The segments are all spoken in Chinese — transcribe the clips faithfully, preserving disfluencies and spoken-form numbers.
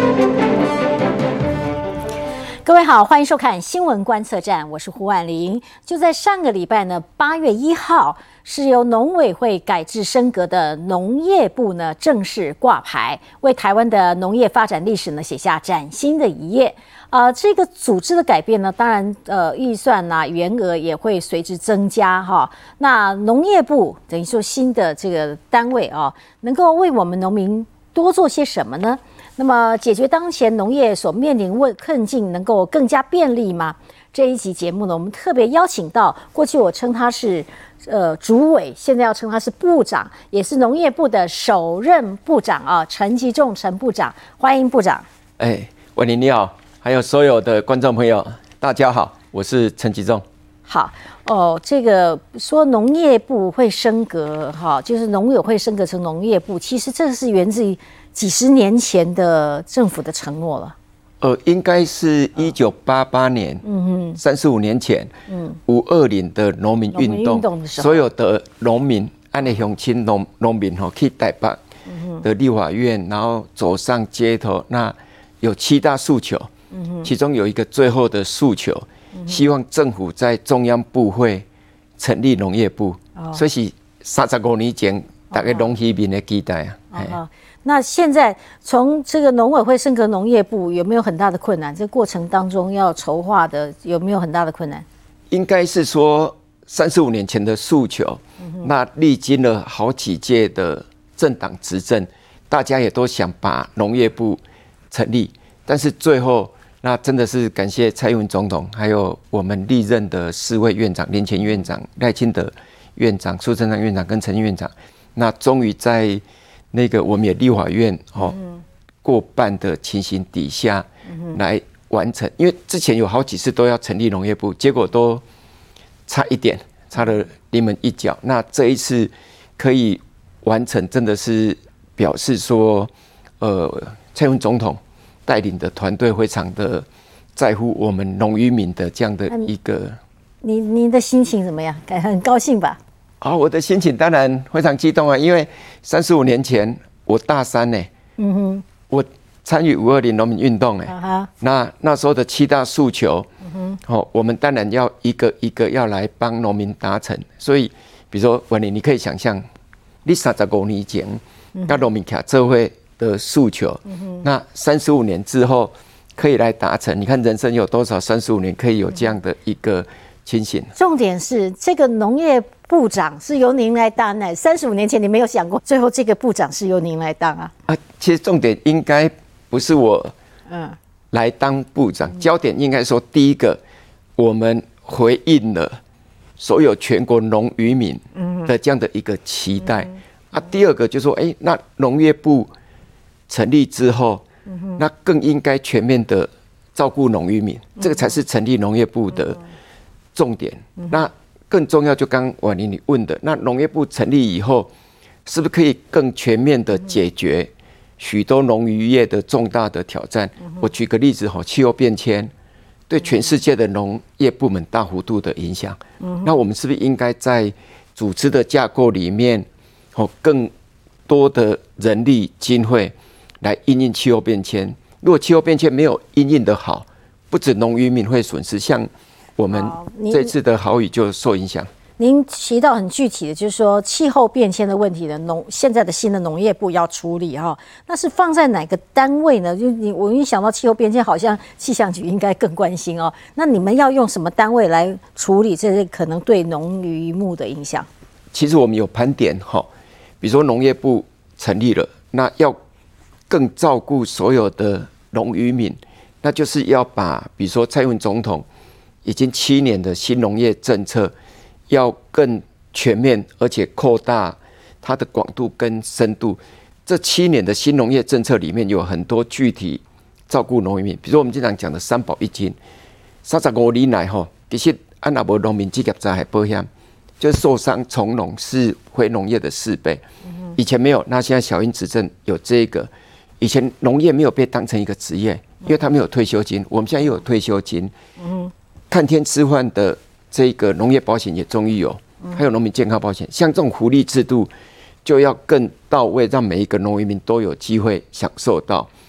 各位好，欢迎收看新闻观测站，我是胡婉玲。就在上个礼拜呢，八月一号是由农委会改制升格的农业部呢正式挂牌，为台湾的农业发展历史呢写下崭新的一页。呃，这个组织的改变呢，当然呃预算呐、啊、员额也会随之增加哈。那农业部等于说新的这个单位啊，能够为我们农民多做些什么呢？那么解决当前农业所面临问困境能够更加便利吗？这一集节目呢，我们特别邀请到过去我称他是呃主委，现在要称他是部长，也是农业部的首任部长啊，陈吉仲陈部长，欢迎部长。 哎，婉玲你好，还有所有的观众朋友，大家好，我是陈吉仲。 好哦，这个说农业部会升格哈，就是农委会升格成农业部，其实这是源自于几十年前的政府的承诺了。 呃，应该是一九八八年，嗯哼，三十五年前，嗯，五二零的农民运动，动所有的农民，按的乡亲农农民哈，去台北的立法院，然后走上街头，那有七大诉求，嗯哼，其中有一个最后的诉求。希望政府在中央部会成立农业部，哦、所以是三十五年前大家农渔民的期待啊。哦哦、那现在从这个农委会升格农业部有没有很大的困难？这过程当中要筹划的有没有很大的困难？ 应该是说三十五年前的诉求，嗯、那历经了好几届的政党执政，大家也都想把农业部成立，但是最后。那真的是感谢蔡英文总统，还有我们历任的四位院长：林前院长、赖清德院长、苏贞昌院长跟陈院长。那终于在那个我们也立法院哦、嗯、过半的情形底下来完成，因为之前有好几次都要成立农业部，结果都差一点，差了临门一脚。那这一次可以完成，真的是表示说，呃，蔡英文总统。带领的团队非常的在乎我们农渔民的这样的一个， 你你的心情怎么样？很高兴吧？ 啊、哦，我的心情当然非常激动啊，因为三十五年前我大三呢，嗯哼，我参与五二零农民运动哎，啊、那那时候的七大诉求，嗯哼，哦，我们当然要一个一个要来帮农民达成，所以比如说婉玲，你可以想象，你三十五年前跟农民卡这会。的诉求，那三十五年之后可以来达成。你看人生有多少三十五年可以有这样的一个情形？ 重点是这个农业部长是由您来当呢？三十五年前你没有想过，最后这个部长是由您来当啊？ 啊，其实重点应该不是我，嗯，来当部长，焦点应该说第一个，我们回应了所有全国农渔民的这样的一个期待、嗯、啊。第二个就是说，哎、欸，那农业部。成立之后，那更应该全面的照顾农渔民，这个才是成立农业部的重点。那更重要，就刚婉玲你问的，那农业部成立以后，是不是可以更全面的解决许多农渔业的重大的挑战？我举个例子哈，气候变迁对全世界的农业部门大幅度的影响，那我们是不是应该在组织的架构里面，哦，更多的人力经费？来因应气候变迁，如果气候变迁没有因应的好，不止农渔民会损失，像我们这次的豪雨就受影响。 您提到很具体的，就是说气候变迁的问题的农，现在的新的农业部要处理哈，那是放在哪个单位呢？就你我一想到气候变迁，好像气象局应该更关心哦。那你们要用什么单位来处理这些可能对农渔牧的影响？ 其实我们有盘点哈，比如说农业部成立了，那要更照顾所有的农渔民，那就是要把比如说蔡英文总统已经七年的新农业政策，要更全面，而且扩大它的广度跟深度。这七年的新农业政策里面有很多具体照顾农民，比如说我们经常讲的三保一金，三十五年来吼，其实按那无农民职业灾害保险，就是受伤从农是非农业的四倍。以前没有，那现在小英执政有这个。以前农业没有被当成一个职业，因为他没有退休金。我们现在又有退休金，嗯，看天吃饭的这个农业保险也终于有，还有农民健康保险。像这种福利制度，就要更到位，让每一个农渔民都有机会享受到。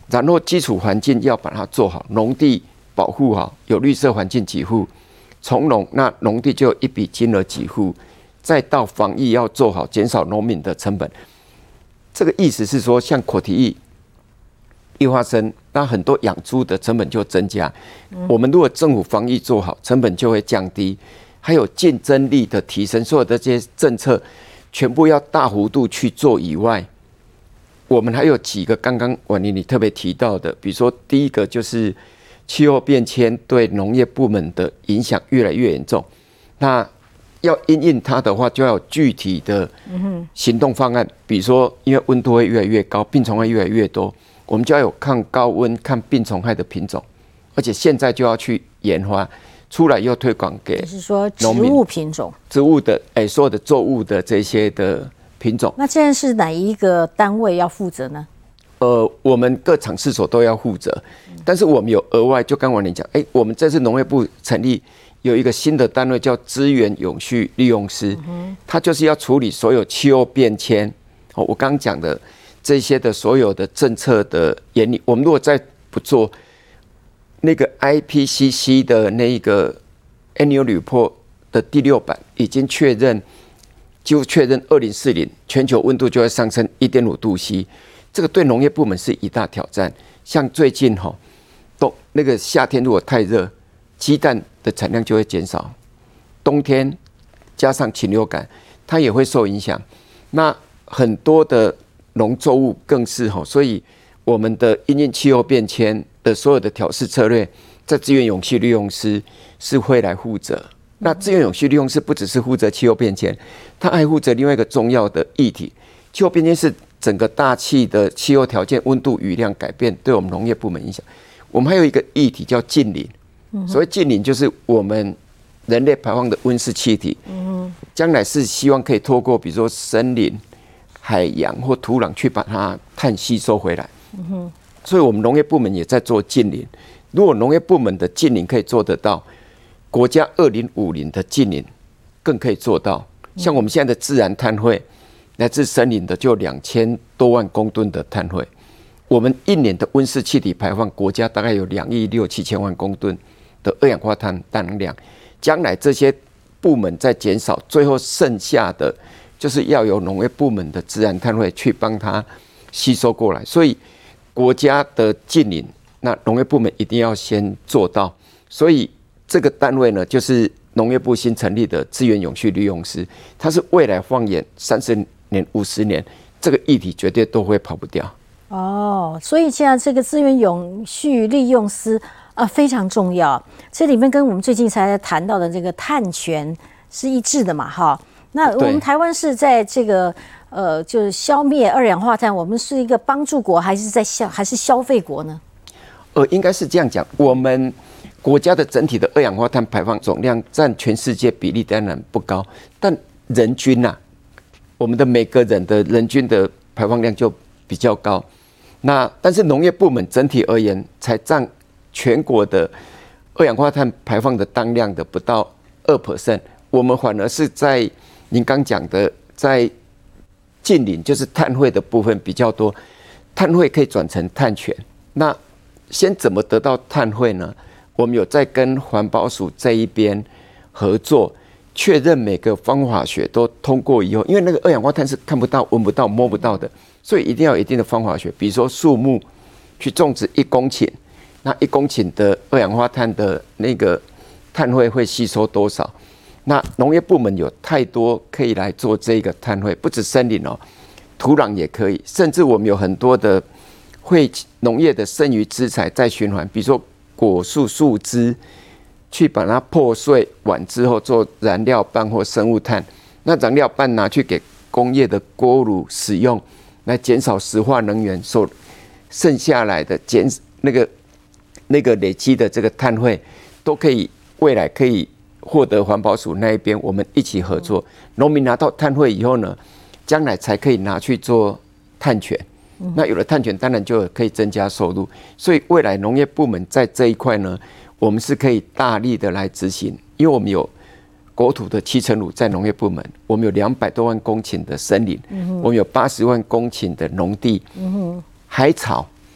然后基础环境要把它做好，农地保护好，有绿色环境给付，从农那农地就有一笔金额给付，再到防疫要做好，减少农民的成本。这个意思是说，像口蹄疫、易发生，那很多养猪的成本就增加。嗯、我们如果政府防疫做好，成本就会降低，还有竞争力的提升。所有的这些政策全部要大幅度去做以外，我们还有几个刚刚婉玲你特别提到的，比如说第一个就是气候变迁对农业部门的影响越来越严重，那要因应它的话，就要有具体的行动方案。比如说，因为温度会越来越高，病虫害越来越多，我们就要有抗高温、抗病虫害的品种，而且现在就要去研发出来，又推广给就是说植物品种、 植物的哎、欸，所有的作物的这些的品种。 那现在是哪一个单位要负责呢？ 呃，我们各厂试所都要负责，但是我们有额外，就刚婉玲讲，哎、欸，我们这次农业部成立。有一个新的单位叫资源永续利用司，它就是要处理所有气候变迁。我刚刚讲的这些的所有的政策的研拟，我们如果再不做那个 I P C C 的那一个 Annual Report 的第六版，已经确认，就确认二零四零全球温度就会上升一点五度 C， 这个对农业部门是一大挑战。像最近哈，冬那个夏天如果太热，鸡蛋的产量就会减少，冬天加上禽流感，它也会受影响。那很多的农作物更是吼，所以我们的因应气候变迁的所有的调适策略，在资源永续利用司是会来负责。那资源永续利用司不只是负责气候变迁，它还负责另外一个重要的议题。气候变迁是整个大气的气候条件、温度、雨量改变对我们农业部门影响。我们还有一个议题叫近邻。所谓近邻就是我们人类排放的温室气体，将来是希望可以透过比如说森林、海洋或土壤去把它碳吸收回来。所以我们农业部门也在做近邻。如果农业部门的近邻可以做得到，国家二零五零的近邻更可以做到。像我们现在的自然碳汇，来自森林的就两千多万公吨的碳汇，我们一年的温室气体排放，国家大概有两亿六七千万公吨的二氧化碳当量，将来这些部门在减少，最后剩下的就是要由农业部门的自然碳汇去帮它吸收过来。所以国家的近邻，那农业部门一定要先做到。所以这个单位呢，就是农业部新成立的资源永续利用司，它是未来放眼三十年、五十年，这个议题绝对都会跑不掉。 哦，所以现在这个资源永续利用司啊非常重要，这里面跟我们最近才谈到的这个碳权是一致的嘛，哈。那我们台湾是在这个呃，就是消灭二氧化碳，我们是一个帮助国，还是在消还是消费国呢？ 呃，应该是这样讲，我们国家的整体的二氧化碳排放总量占全世界比例当然不高，但人均啊，我们的每个人的人均的排放量就比较高。那但是农业部门整体而言，才占全国的二氧化碳排放的当量的不到二 percent， 我们反而是在您刚讲的，在近邻就是碳汇的部分比较多，碳汇可以转成碳权。那先怎么得到碳汇呢？我们有在跟环保署这一边合作，确认每个方法学都通过以后，因为那个二氧化碳是看不到、闻不到、摸不到的，所以一定要有一定的方法学。比如说树木去种植一公顷，那一公顷的二氧化碳的那个碳汇会吸收多少？那农业部门有太多可以来做这个碳汇，不止森林哦，土壤也可以，甚至我们有很多的会农业的剩余资材再循环，比如说果树树枝，去把它破碎完之后做燃料棒或生物炭，那燃料棒拿去给工业的锅炉使用，来减少石化能源所剩下来的减那个那个累积的这个碳汇，都可以未来可以获得环保署那一边我们一起合作，农民拿到碳汇以后呢，将来才可以拿去做碳权。那有了碳权，当然就可以增加收入。所以未来农业部门在这一块呢，我们是可以大力的来执行，因为我们有国土的七成五在农业部门，我们有两百多万公顷的森林，我们有八十万公顷的农地，海草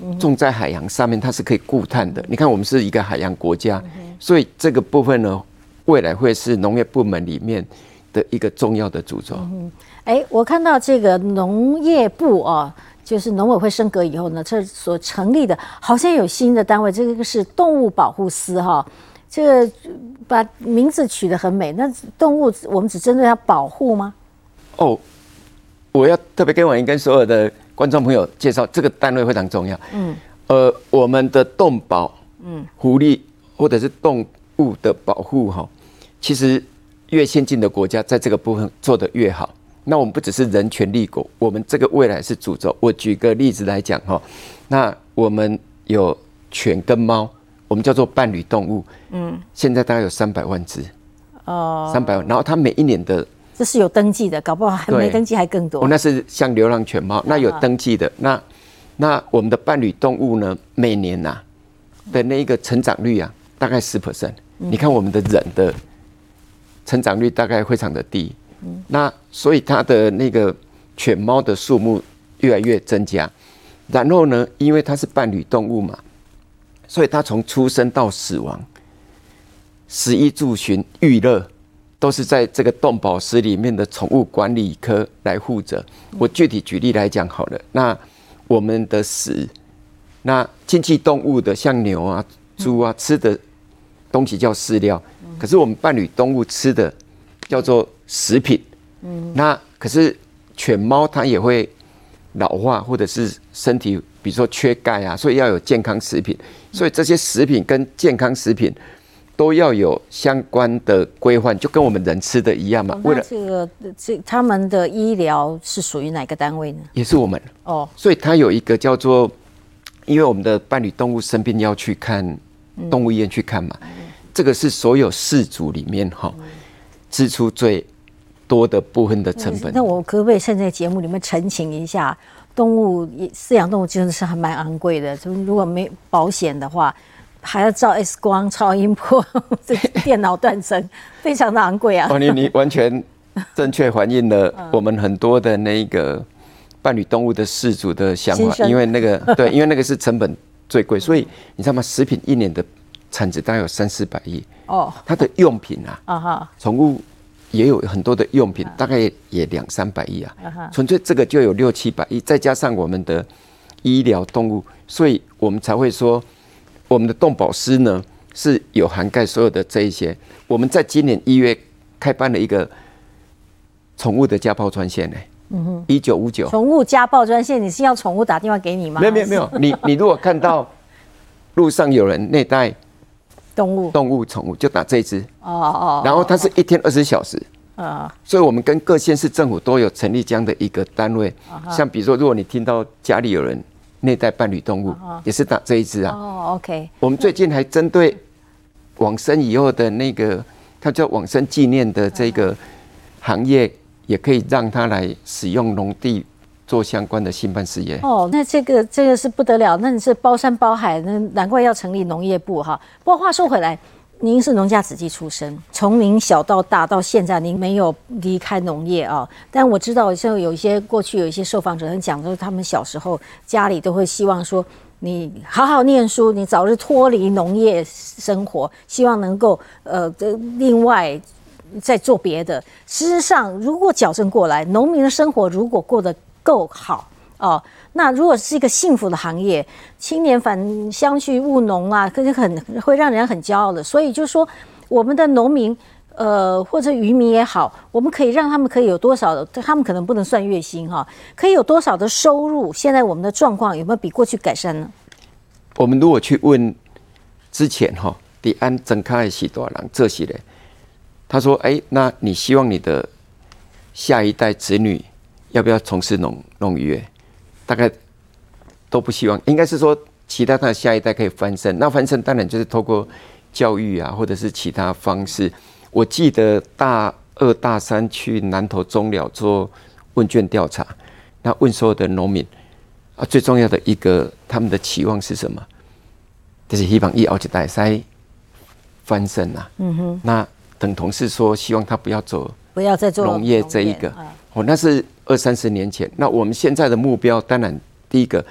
种在海洋上面，它是可以固碳的。你看，我们是一个海洋国家，所以这个部分呢，未来会是农业部门里面的一个重要的主轴。 哎、欸，我看到这个农业部哦，就是农委会升格以后呢，这所成立的好像有新的单位，这个是动物保护司哈。这个把名字取得很美，那动物我们只针对它保护吗？ 哦，我要特别跟婉莹跟所有的观众朋友介绍，这个单位非常重要。嗯，呃，我们的动保、嗯，福利或者是动物的保护哈，其实越先进的国家在这个部分做得越好。那我们不只是人权立国，我们这个未来是主轴。我举个例子来讲哈，那我们有犬跟猫，我们叫做伴侣动物，嗯，现在大概有三百万只，哦，三百万，然后它每一年的， 这是有登记的，搞不好还没登记还更多。 哦，那是像流浪犬猫，那有登记的，那那我们的伴侣动物呢，每年呐、啊、的那一个成长率啊，大概十 percent。你看我们的人的成长率大概非常的低。那所以它的那个犬猫的数目越来越增加，然后呢，因为它是伴侣动物嘛，所以它从出生到死亡，食衣住行娱乐都是在这个动保司里面的宠物管理科来负责。我具体举例来讲好了，那我们的食，那经济动物的像牛啊、猪啊吃的东西叫饲料，可是我们伴侣动物吃的叫做食品，嗯，那可是犬猫它也会老化，或者是身体比如说缺钙啊，所以要有健康食品，所以这些食品跟健康食品都要有相关的规范，就跟我们人吃的一样嘛。 为了这个，这他们的医疗是属于哪个单位呢？ 也是我们哦，所以它有一个叫做，因为我们的伴侣动物生病要去看动物医院去看嘛，嗯、这个是所有饲主里面哈支出最多的部分的成本。 那我可不可以趁这个节目里面澄清一下，动物饲养动物真的是还蛮昂贵的，就如果没保险的话，还要照 X 光、超音波、电脑断层，非常的昂贵啊。 哦，你你完全正确反映了我们很多的那个伴侣动物的饲主的想法，因为那个对，因为那个是成本最贵，所以你知道吗？食品一年的产值大概有三四百亿哦，它的用品啊，啊哈，宠物也有很多的用品，大概也两三百亿啊，纯粹这个就有六七百亿，再加上我们的医疗动物，所以我们才会说，我们的动保司呢是有涵盖所有的这一些。我们在今年一月开办了一个宠物的家暴专线呢，嗯哼，一九五九。 宠物家暴专线，你是要宠物打电话给你吗？ 没有没有没有，你你如果看到路上有人虐待动物动物宠物就打这一支哦哦，然后它是一天二十四小时啊，所以我们跟各县市政府都有成立这样的一个单位，像比如说如果你听到家里有人虐待伴侣动物，也是打这一支啊哦 OK， 我们最近还针对往生以后的那个它叫往生纪念的这个行业，也可以让它来使用农地做相关的兴办事业哦，那这个这个是不得了，那你是包山包海，那难怪要成立农业部哈。不过话说回来，您是农家子弟出身，从您小到大到现在，您没有离开农业啊。但我知道，像有一些过去有一些受访者很讲说，他们小时候家里都会希望说，你好好念书，你早日脱离农业生活，希望能够呃另外再做别的。事实上，如果矫正过来，农民的生活如果过得够好哦，那如果是一个幸福的行业，青年返乡去务农啊，可是很会让人很骄傲的。所以就是说，我们的农民呃或者渔民也好，我们可以让他们可以有多少的，他们可能不能算月薪哈，可以有多少的收入？现在我们的状况有没有比过去改善呢？ 我们如果去问之前哈，伫安曾开的许多人这些人，他说：“哎、欸，那你希望你的下一代子女？”要不要从事农农渔业？大概都不希望，应该是说其他他的下一代可以翻身。那翻身当然就是透过教育啊，或者是其他方式。我记得大二、大三去南投中寮做问卷调查，那问所有的农民啊，最重要的一个他们的期望是什么？就是希望以后一代再翻身啊。嗯哼。那等同是说，希望他不要走不要再做农业这一个。哦，那是二三十年前。那我们现在的目标，当然第一个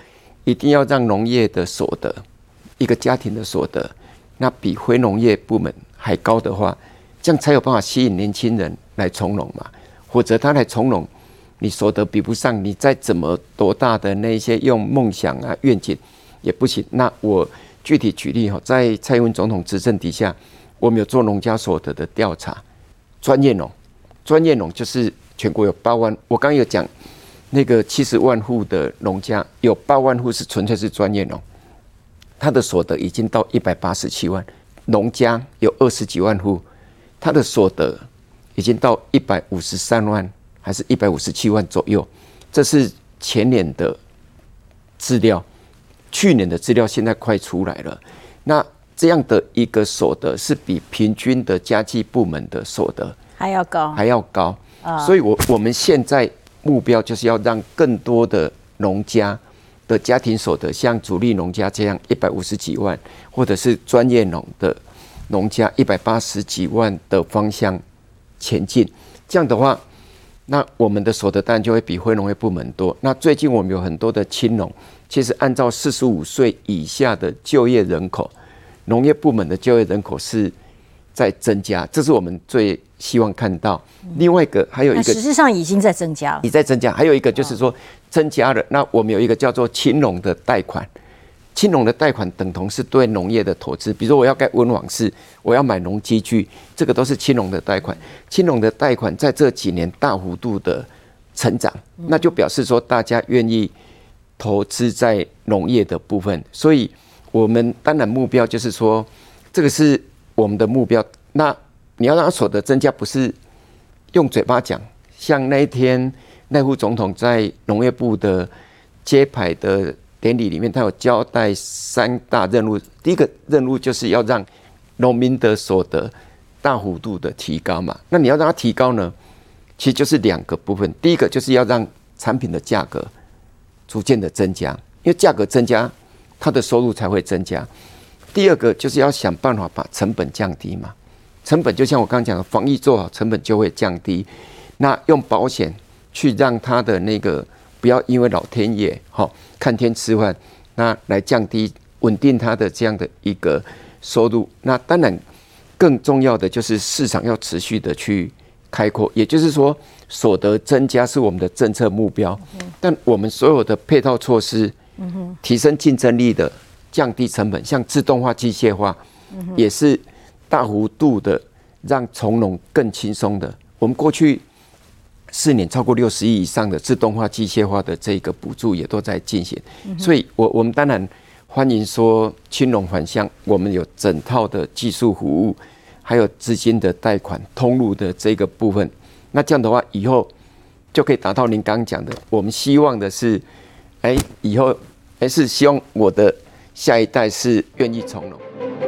一定要让农业的所得，一个家庭的所得，那比非农业部门还高的话，这样才有办法吸引年轻人来从农嘛。或者他来从农，你所得比不上，你再怎么多大的那些用梦想啊愿景也不行。那我具体举例哈，在蔡英文总统执政底下，我们有做农家所得的调查，专业农，专业农就是全国有八万，我刚刚有讲那个七十万户的农家，有八万户是纯粹是专业农，他的所得已经到一百八十七万，农家有二十几万户，他的所得已经到一百五十三万，还是一百五十七万左右，这是前年的资料，去年的资料现在快出来了。那这样的一个所得是比平均的家计部门的所得还要高， 还要高。所以我我们现在目标就是要让更多的农家的家庭所得，像主力农家这样一百五十几万，或者是专业农的农家一百八十几万的方向前进。这样的话，那我们的所得当然就会比非农业部门多。那最近我们有很多的青农，其实按照四十五岁以下的就业人口，农业部门的就业人口是在增加，这是我们最希望看到。另外一个还有一个， 实际上已经在增加了， 已在增加。还有一个就是说增加了，那我们有一个叫做青农的贷款，青农的贷款等同是对农业的投资。比如说我要盖温网室，我要买农机具，这个都是青农的贷款。青农的贷款在这几年大幅度的成长，那就表示说大家愿意投资在农业的部分。所以我们当然目标就是说，这个是我们的目标。那你要让他所得增加，不是用嘴巴讲。像那一天赖副总统在农业部的揭牌的典礼里面，他有交代三大任务。第一个任务就是要让农民的所得大幅度的提高嘛。那你要让它提高呢，其实就是两个部分。第一个就是要让产品的价格逐渐的增加，因为价格增加，它的收入才会增加。第二个就是要想办法把成本降低嘛。成本就像我刚刚讲的，防疫做好，成本就会降低。那用保险去让它的那个不要因为老天爷哈看天吃饭，那来降低稳定它的这样的一个收入。那当然更重要的就是市场要持续的去开阔，也就是说所得增加是我们的政策目标，但我们所有的配套措施，提升竞争力的、降低成本，像自动化、机械化，也是大幅度的让从农更轻松的。我们过去四年超过六十亿以上的自动化、机械化的这个补助也都在进行，所以我我们当然欢迎说青农返乡，我们有整套的技术服务，还有资金的贷款通路的这个部分。那这样的话，以后就可以达到您刚刚讲的，我们希望的是，哎，以后还是希望我的下一代是愿意从农。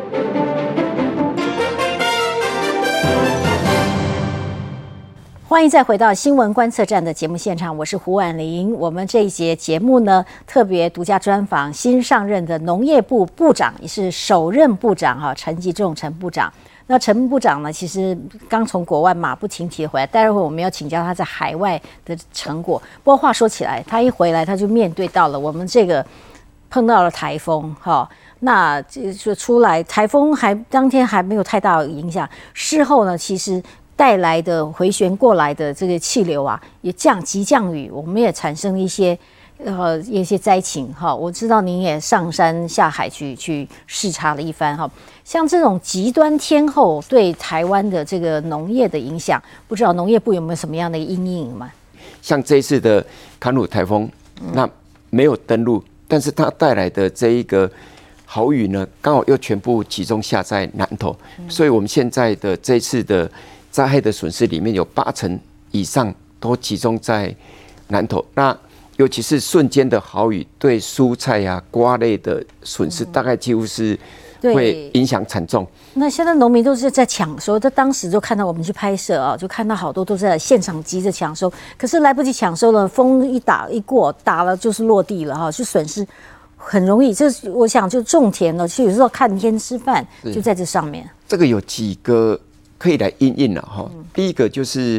欢迎再回到新闻观测站的节目现场，我是胡婉玲。我们这一节节目呢，特别独家专访新上任的农业部部长，也是首任部长哈陈吉仲陈部长。那陈部长呢，其实刚从国外马不停蹄回来，待会我们要请教他在海外的成果。不过话说起来，他一回来他就面对到了我们这个碰到了台风哈。那就出来，台风还当天还没有太大的影响，事后呢，其实带来的回旋过来的这个气流啊，也降急降雨，我们也产生了一些呃一些灾情哈。我知道您也上山下海去去视察了一番哈。像这种极端天候对台湾的这个农业的影响，不知道农业部有没有什么样的阴影吗？ 像这一次的坎努台风，那没有登陆，但是它带来的这一个豪雨呢，刚好又全部集中下在南投，所以我们现在的这次的灾害的损失里面有八成以上都集中在南投。那尤其是瞬间的豪雨，对蔬菜啊、瓜类的损失，大概几乎是会影响惨重。 那现在农民都是在抢收，在当时就看到我们去拍摄啊，就看到好多都在现场急着抢收，可是来不及抢收了，风一打一过，打了就是落地了哈，就损失很容易。这我想就种田了，就有时候看天吃饭，就在这上面。 这个有几个可以来因应了哈。第一个就是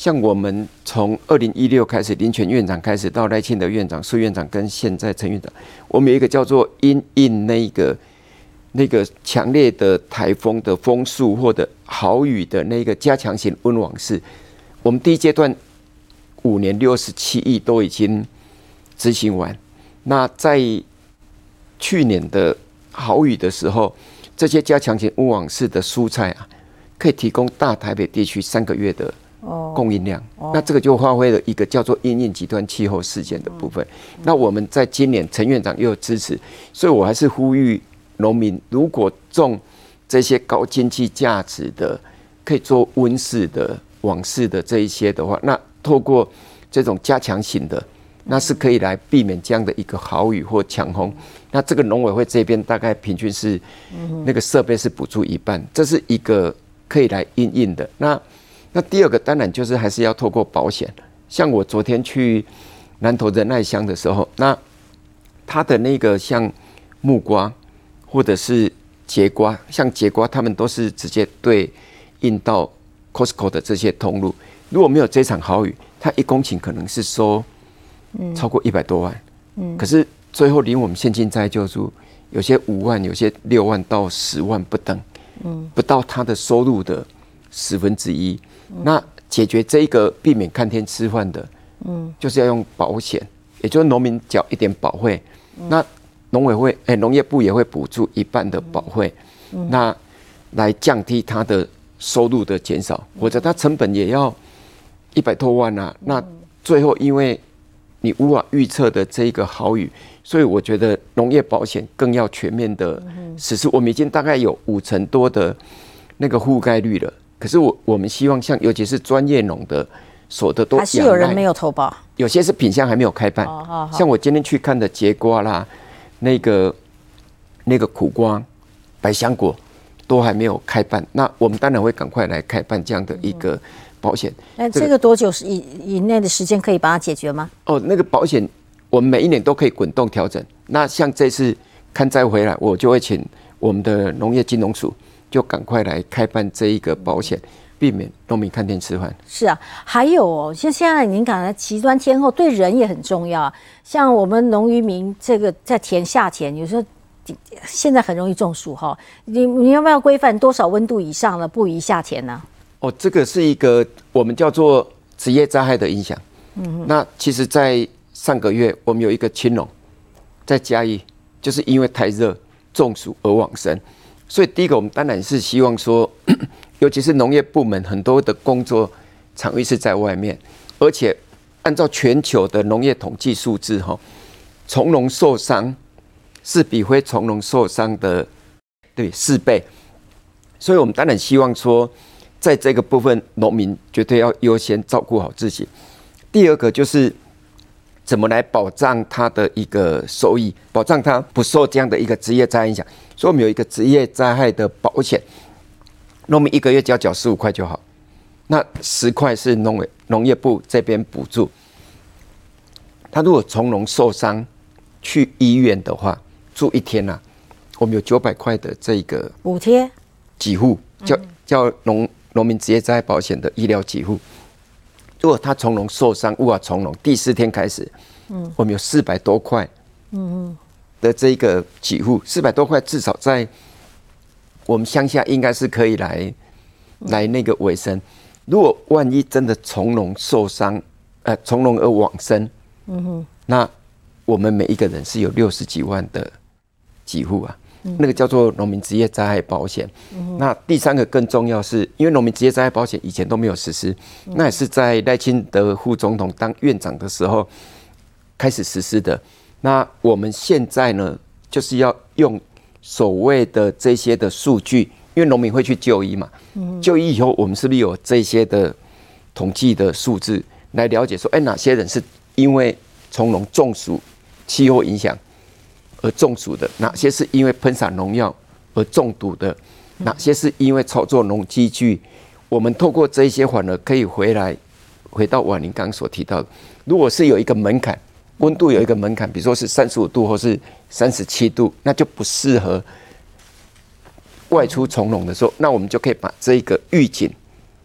像我们从二零一六开始，林权院长开始到赖清德院长、苏院长跟现在陈院长，我们有一个叫做因应那个那个强烈的台风的风速或者豪雨的那个加强型温网式，我们第一阶段五年六十七亿都已经执行完。那在去年的豪雨的时候，这些加强型温网式的蔬菜啊，可以提供大台北地区三个月的供应量。哦哦、那这个就发挥了一个叫做因应极端气候事件的部分。嗯、那我们在今年陈院长又有支持，所以我还是呼吁农民，如果种这些高经济价值的，可以做温室的、网式的这一些的话，那透过这种加强型的，那是可以来避免这样的一个豪雨或强风。那这个农委会这边大概平均是那个设备是补助一半，这是一个可以来因应的。那那第二个当然就是还是要透过保险。像我昨天去南投仁爱乡的时候，那他的那个像木瓜或者是节瓜，像节瓜他们都是直接对应到 Costco 的这些通路。如果没有这场豪雨，他一公顷可能是收超过一百多万，嗯，可是最后领我们现金灾救助，有些五万，有些六万到十万不等，嗯，不到他的收入的十分之一。那解决这一个避免看天吃饭的，嗯，就是要用保险，也就是农民缴一点保费，那农委会哎农业部也会补助一半的保费，那来降低他的收入的减少，或者他成本也要一百多万啊。那最后因为你无法预测的这一个豪雨，所以我觉得农业保险更要全面的实施。我们已经大概有五成多的那个覆盖率了，可是我我们希望像尤其是专业农的所得都还是有人没有投保， 有些是品项还没有开办。哦、好好像我今天去看的节瓜啦，那个那个苦瓜、百香果都还没有开办，那我们当然会赶快来开办这样的一个保险。 那这个多久以以内的时间可以把它解决吗？ 哦，那个保险我们每一年都可以滚动调整。那像这次看灾回来，我就会请我们的农业金融署就赶快来开办这一个保险，避免农民看天吃饭。 是啊，还有哦，像现在您讲的极端天候对人也很重要。像我们农渔民这个在田下田，有时候现在很容易中暑哈。你你要不要规范多少温度以上了不宜下田呢？ 哦，这个是一个我们叫做职业灾害的影响。嗯，那其实，在上个月我们有一个青农在嘉义，就是因为太热中暑而往生。所以第一个，我们当然是希望说，尤其是农业部门很多的工作场域是在外面，而且按照全球的农业统计数字，哈，从农受伤是比非从农受伤的对四倍。所以我们当然希望说，在这个部分，农民绝对要优先照顾好自己。第二个就是怎么来保障他的一个收益，保障他不受这样的一个职业灾害影响。所以我们有一个职业灾害的保险，农民一个月只要缴十五块就好，那十块是农委农业部这边补助。他如果从农受伤去医院的话，住一天啊，我们有九百块的这个补贴给付，叫叫农农民职业灾害保险的医疗给付。如果他从农受伤无法从农，第四天开始，嗯，我们有四百多块，嗯的这个给付，四百多块至少在我们乡下应该是可以来来那个维生。如果万一真的从农受伤，呃，从农而往生，嗯哼，那我们每一个人是有六十几万的给付啊。那个叫做农民职业灾害保险。嗯、那第三个更重要是，因为农民职业灾害保险以前都没有实施，嗯、那也是在赖清德副总统当院长的时候开始实施的。那我们现在呢，就是要用所谓的这些的数据，因为农民会去就医嘛，嗯、就医以后，我们是不是有这些的统计的数字来了解说，哎，哪些人是因为从农中暑、气候影响而中暑的，哪些是因为喷洒农药而中毒的，哪些是因为操作农机具，我们透过这些反而可以回来回到婉玲刚刚所提到的，如果是有一个门槛，温度有一个门槛，比如说是三十五度或是三十七度，那就不适合外出从农的时候，那我们就可以把这个预警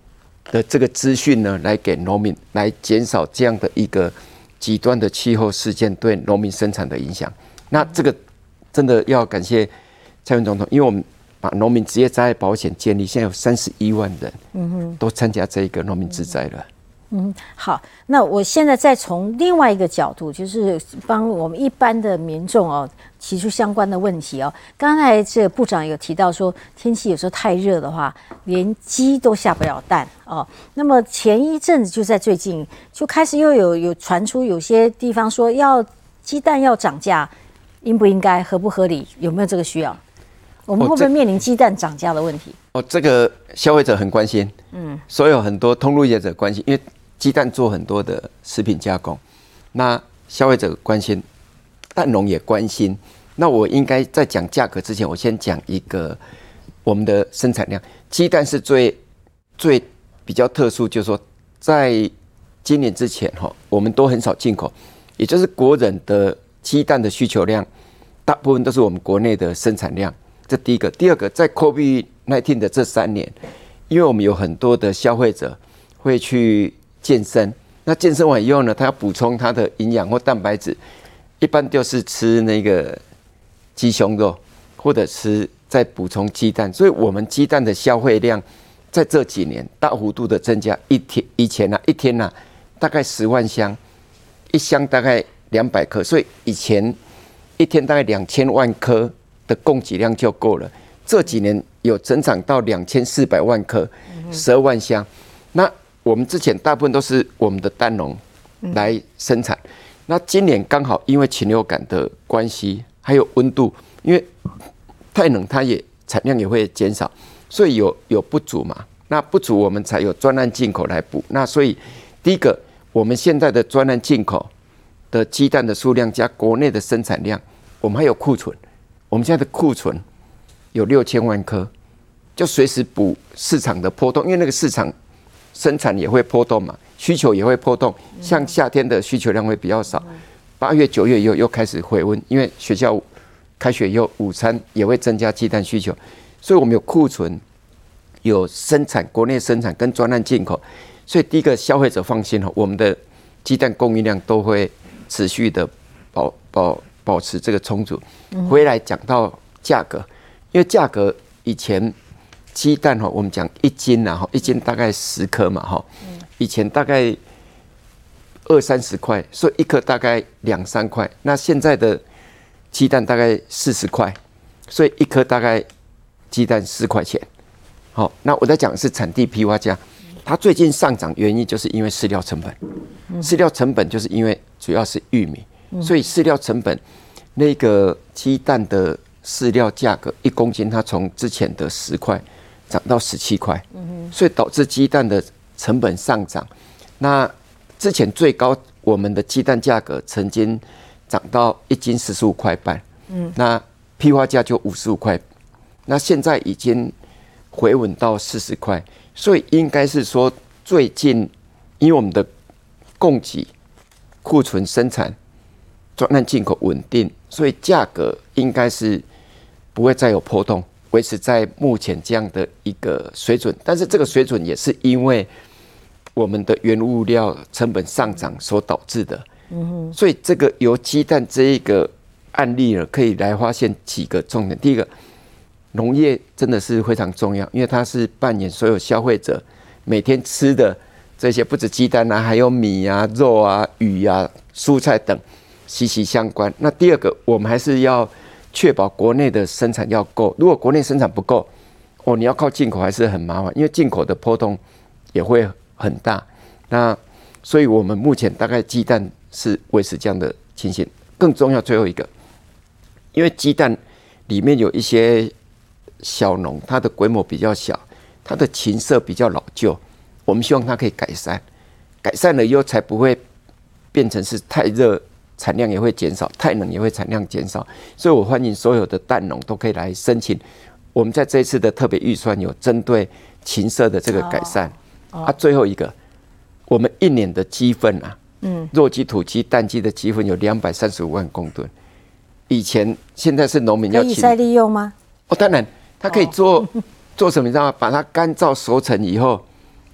的这个资讯呢，来给农民，来减少这样的一个极端的气候事件对农民生产的影响。那这个真的要感谢蔡英文总统，因为我们把农民职业灾害保险建立，现在有三十一万人，嗯哼，都参加这一个农民职灾了。 嗯，好，那我现在再从另外一个角度，就是帮我们一般的民众哦提出相关的问题哦。刚才这个部长有提到说，天气有时候太热的话，连鸡都下不了蛋哦。那么前一阵子就在最近就开始又有有传出有些地方说要鸡蛋要涨价，应不应该，合不合理，有没有这个需要？我们会不会面临鸡蛋涨价的问题？ 哦，这个消费者很关心，嗯，所有很多通路业者关心，因为鸡蛋做很多的食品加工，那消费者关心，蛋农也关心。那我应该在讲价格之前，我先讲一个我们的生产量。鸡蛋是最最比较特殊，就是说，在今年之前哈，我们都很少进口，也就是国人的鸡蛋的需求量，大部分都是我们国内的生产量。这第一个，第二个，在 COVID 十九 的这三年，因为我们有很多的消费者会去健身，那健身完以后呢，他要补充他的营养或蛋白质，一般就是吃那个鸡胸肉，或者吃再补充鸡蛋，所以我们鸡蛋的消费量在这几年大幅度的增加。一天以前呢、啊，一天呢、啊、大概十万箱，一箱大概两百颗，所以以前一天大概两千万颗的供给量就够了。这几年有增长到两千四百万颗，十二万箱。那我们之前大部分都是我们的蛋农来生产，那今年刚好因为禽流感的关系，还有温度，因为太冷，它也产量也会减少，所以有有不足嘛。那不足我们才有专案进口来补。那所以第一个，我们现在的专案进口的鸡蛋的数量加国内的生产量，我们还有库存。我们现在的库存有六千万颗，就随时补市场的波动，因为那个市场生产也会波动嘛，需求也会波动。像夏天的需求量会比较少，八月、九月以后又开始回温，因为学校开学以后，午餐也会增加鸡蛋需求，所以我们有库存、有生产，国内生产跟专案进口，所以第一个消费者放心哦，我们的鸡蛋供应量都会持续的保保保持这个充足。回来讲到价格，因为价格以前鸡蛋哈，我们讲一斤呐哈，一斤大概十颗嘛哈，以前大概二三十块，所以一颗大概两三块。那现在的鸡蛋大概四十块，所以一颗大概鸡蛋四块钱。好，那我在讲的是产地批发价，它最近上涨原因就是因为饲料成本，饲料成本就是因为主要是玉米，所以饲料成本那个鸡蛋的饲料价格一公斤，它从之前的十块涨到十七块，所以导致鸡蛋的成本上涨。那之前最高我们的鸡蛋价格曾经涨到一斤十五块半，那批发价就五十五块，那现在已经回稳到四十块，所以应该是说最近因为我们的供给、库存、生产、专案进口稳定，所以价格应该是不会再有波动，维持在目前这样的一个水准。但是这个水准也是因为我们的原物料成本上涨所导致的。嗯，所以这个由鸡蛋这一个案例呢，可以来发现几个重点。第一个，农业真的是非常重要，因为它是扮演所有消费者每天吃的这些，不止鸡蛋啊，还有米啊、肉啊、鱼啊、蔬菜等息息相关。那第二个，我们还是要确保国内的生产要够。如果国内生产不够，哦，你要靠进口还是很麻烦，因为进口的波动也会很大。那所以我们目前大概鸡蛋是维持这样的情形。更重要最后一个，因为鸡蛋里面有一些小农，它的规模比较小，它的禽舍比较老旧，我们希望它可以改善，改善了以后才不会变成是太热，产量也会减少，太冷也会产量减少。所以我欢迎所有的蛋农都可以来申请。我们在这一次的特别预算有针对禽舍的这个改善。哦哦、啊，最后一个，我们一年的鸡粪啊，嗯，肉鸡、土鸡、蛋鸡的鸡粪有两百三十五万公吨。以前现在是农民要可以再利用吗？ 哦，当然，它可以做、哦、做什么？你知道吗？把它干燥熟成以后，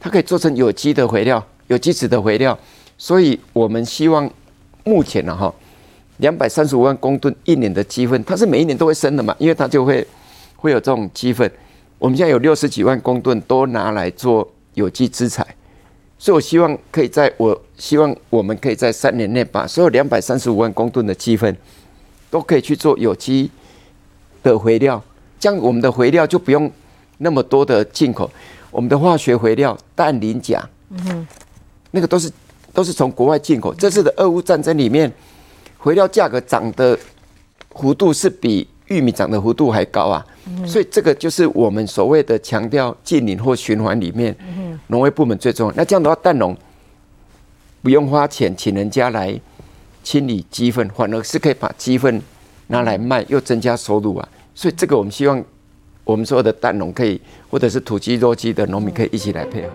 它可以做成有机的肥料、有机质的肥料。所以我们希望目前呢，哈，两百三十五万公吨一年的鸡粪，它是每一年都会生的嘛，因为它就会会有这种鸡粪。我们现在有六十几万公吨都拿来做有机资材，所以我希望可以在我希望我们可以在三年内把所有两百三十五万公吨的鸡粪都可以去做有机的肥料，这样我们的肥料就不用那么多的进口。我们的化学肥料氮磷钾，嗯，那个都是都是从国外进口。这次的俄乌战争里面，肥料价格涨的幅度是比玉米涨的幅度还高啊，嗯、所以这个就是我们所谓的强调净零或循环里面，农业部门最重要。那这样的话，蛋农不用花钱请人家来清理鸡粪，反而是可以把鸡粪拿来卖，又增加收入啊。所以这个我们希望我们所有的蛋农可以，或者是土鸡、肉鸡的农民可以一起来配合。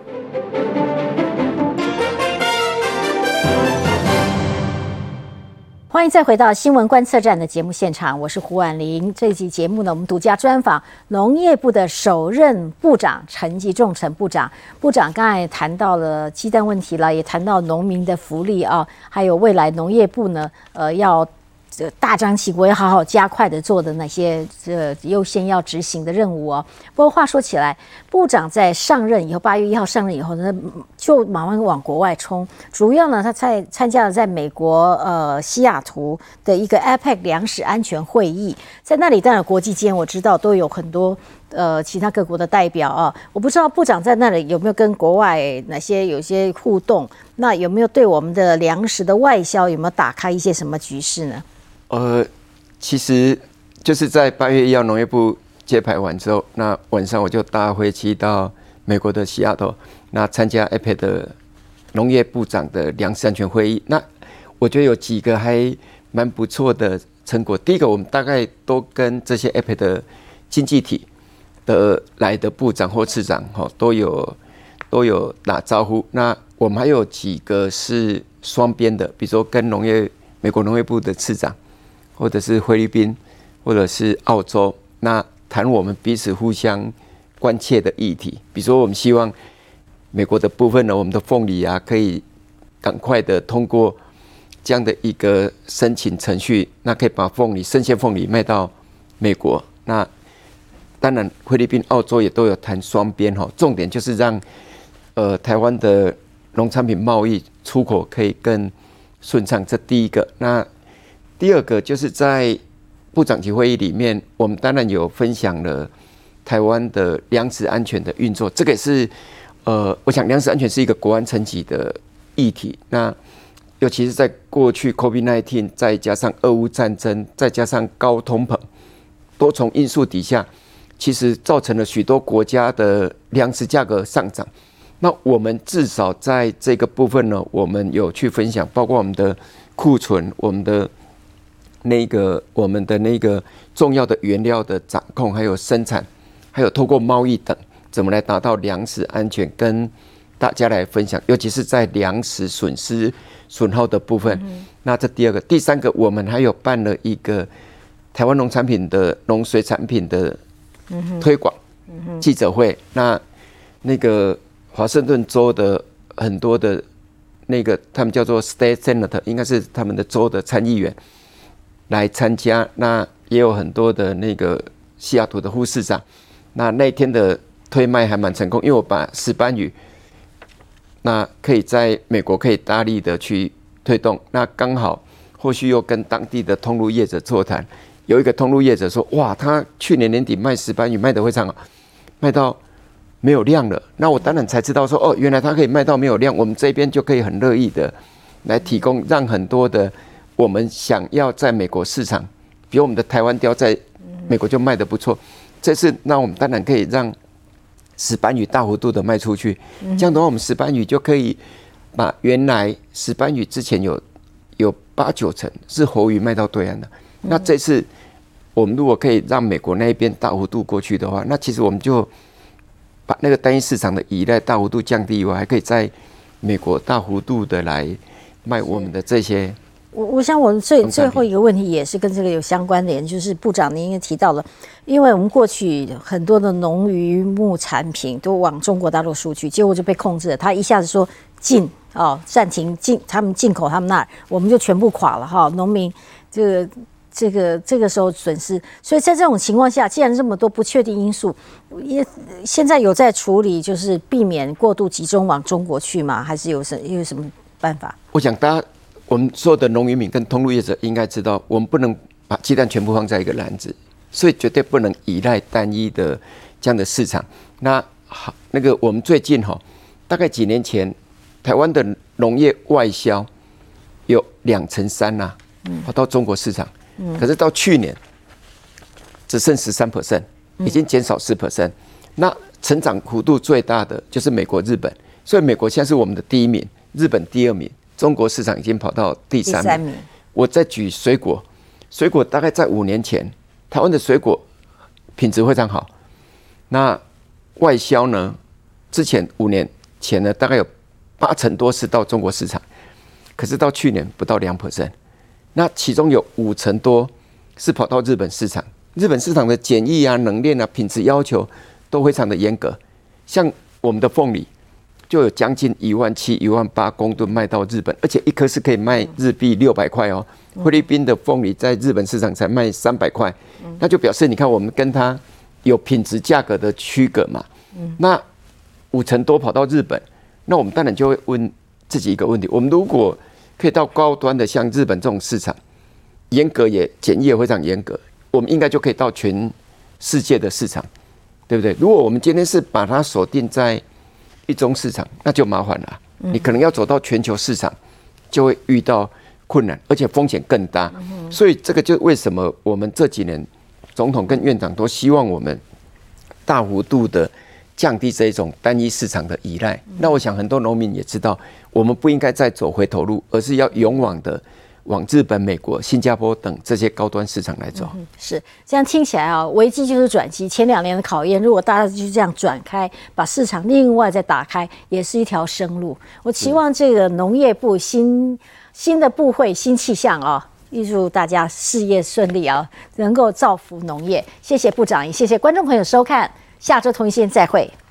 欢迎再回到新闻观测站的节目现场，我是胡婉玲。这一集节目呢，我们独家专访农业部的首任部长陈吉仲陈部长。部长刚才也谈到了鸡蛋问题了，也谈到农民的福利啊，还有未来农业部呢，呃，要大张旗鼓要好好加快的做的那些这优先要执行的任务哦。不过话说起来，部长在上任以后，八月一号上任以后呢，就马上往国外冲。主要呢，他在参加了在美国呃西雅图的一个 A P E C 粮食安全会议，在那里当然国际间我知道都有很多呃其他各国的代表啊。我不知道部长在那里有没有跟国外哪些有些互动，那有没有对我们的粮食的外销有没有打开一些什么局势呢？ 呃，其实就是在八月一号农业部揭牌完之后，那晚上我就搭飞机到美国的西雅图，那参加 A P E C 的农业部长的粮食安全会议。那我觉得有几个还蛮不错的成果。第一个，我们大概都跟这些 A P E C 的经济体的来的部长或次长哈都有都有打招呼。那我们还有几个是双边的，比如说跟农业美国农业部的次长，或者是菲律宾，或者是澳洲，那谈我们彼此互相关切的议题。比如说，我们希望美国的部分呢，我们的凤梨啊，可以赶快的通过这样的一个申请程序，那可以把凤梨生鲜凤梨卖到美国。那当然，菲律宾、澳洲也都有谈双边哈，重点就是让呃台湾的农产品贸易出口可以更顺畅。这第一个。那第二个就是在部长级会议里面，我们当然有分享了台湾的粮食安全的运作，这个也是呃，我想粮食安全是一个国安层级的议题。那尤其是在过去 COVID 十九， 再加上俄乌战争，再加上高通膨多重因素底下，其实造成了许多国家的粮食价格上涨。那我们至少在这个部分呢，我们有去分享，包括我们的库存，我们的那个我们的那个重要的原料的掌控，还有生产，还有透过贸易等，怎么来达到粮食安全，跟大家来分享，尤其是在粮食损失损耗的部分。嗯、那这第二个，第三个，我们还有办了一个台湾农产品的农水产品的推广记者会。那那个华盛顿州的很多的那个他们叫做 State Senator， 应该是他们的州的参议员来参加，那也有很多的那个西雅图的副市长。那那天的推卖还蛮成功，因为我把石斑鱼那可以在美国可以大力的去推动。那刚好后续又跟当地的通路业者座谈，有一个通路业者说，哇，他去年年底卖石斑鱼卖得非常好，卖到没有量了。那我当然才知道说，哦，原来他可以卖到没有量，我们这边就可以很乐意的来提供，让很多的我们想要在美国市场，比如我们的台湾鲷在美国就卖得不错，这次那我们当然可以让石斑鱼大幅度的卖出去，这样的话我们石斑鱼就可以把原来石斑鱼之前有有八九成是活鱼卖到对岸的。那这次我们如果可以让美国那边大幅度过去的话，那其实我们就把那个单一市场的依赖大幅度降低以外，还可以在美国大幅度的来卖我们的这些我我想我最最后一个问题也是跟这个有相关联，就是部长您也提到了，因为我们过去很多的农渔牧产品都往中国大陆输去，结果就被控制了，他一下子说禁哦暂停进他们进口他们那儿，我们就全部垮了哈，农民这个。这个这个时候损失，所以在这种情况下，既然这么多不确定因素，也现在有在处理，就是避免过度集中往中国去吗？还是有什有什么办法？ 我想大家我们所有的农渔民跟通路业者应该知道，我们不能把鸡蛋全部放在一个篮子，所以绝对不能依赖单一的这样的市场。那好，那个我们最近哈，大概几年前，台湾的农业外销有两成三呐，跑到中国市场。可是到去年只剩十三 percent， 已经减少十 percent。那成长幅度最大的就是美国、日本，所以美国现在是我们的第一名，日本第二名，中国市场已经跑到第三名。第三名。我再举水果，水果大概在五年前，台湾的水果品质非常好。那外销呢？之前五年前呢，大概有八成多是到中国市场，可是到去年不到两 percent。那其中有五成多是跑到日本市场，日本市场的检疫啊、冷链啊、品质要求都非常的严格。像我们的凤梨，就有将近一万七、一万八公吨卖到日本，而且一颗是可以卖日币六百块哦。菲律宾的凤梨在日本市场才卖三百块，那就表示你看我们跟它有品质价格的区隔嘛。那五成多跑到日本，那我们当然就会问自己一个问题：我们如果可以到高端的像日本这种市场，严格也检疫也非常严格，我们应该就可以到全世界的市场，对不对？如果我们今天是把它锁定在一中市场，那就麻烦了。你可能要走到全球市场，就会遇到困难，而且风险更大。所以这个就为什么我们这几年总统跟院长都希望我们大幅度的降低这一种单一市场的依赖。那我想很多农民也知道，我们不应该再走回头路，而是要勇往的往日本、美国、新加坡等这些高端市场来走。 嗯、是这样听起来啊，危机就是转机。前两年的考验，如果大家就这样转开，把市场另外再打开，也是一条生路。我期望这个农业部新新的部会新气象啊，预祝大家事业顺利啊，能够造福农业。谢谢部长，也谢谢观众朋友收看，下周同一时间再会。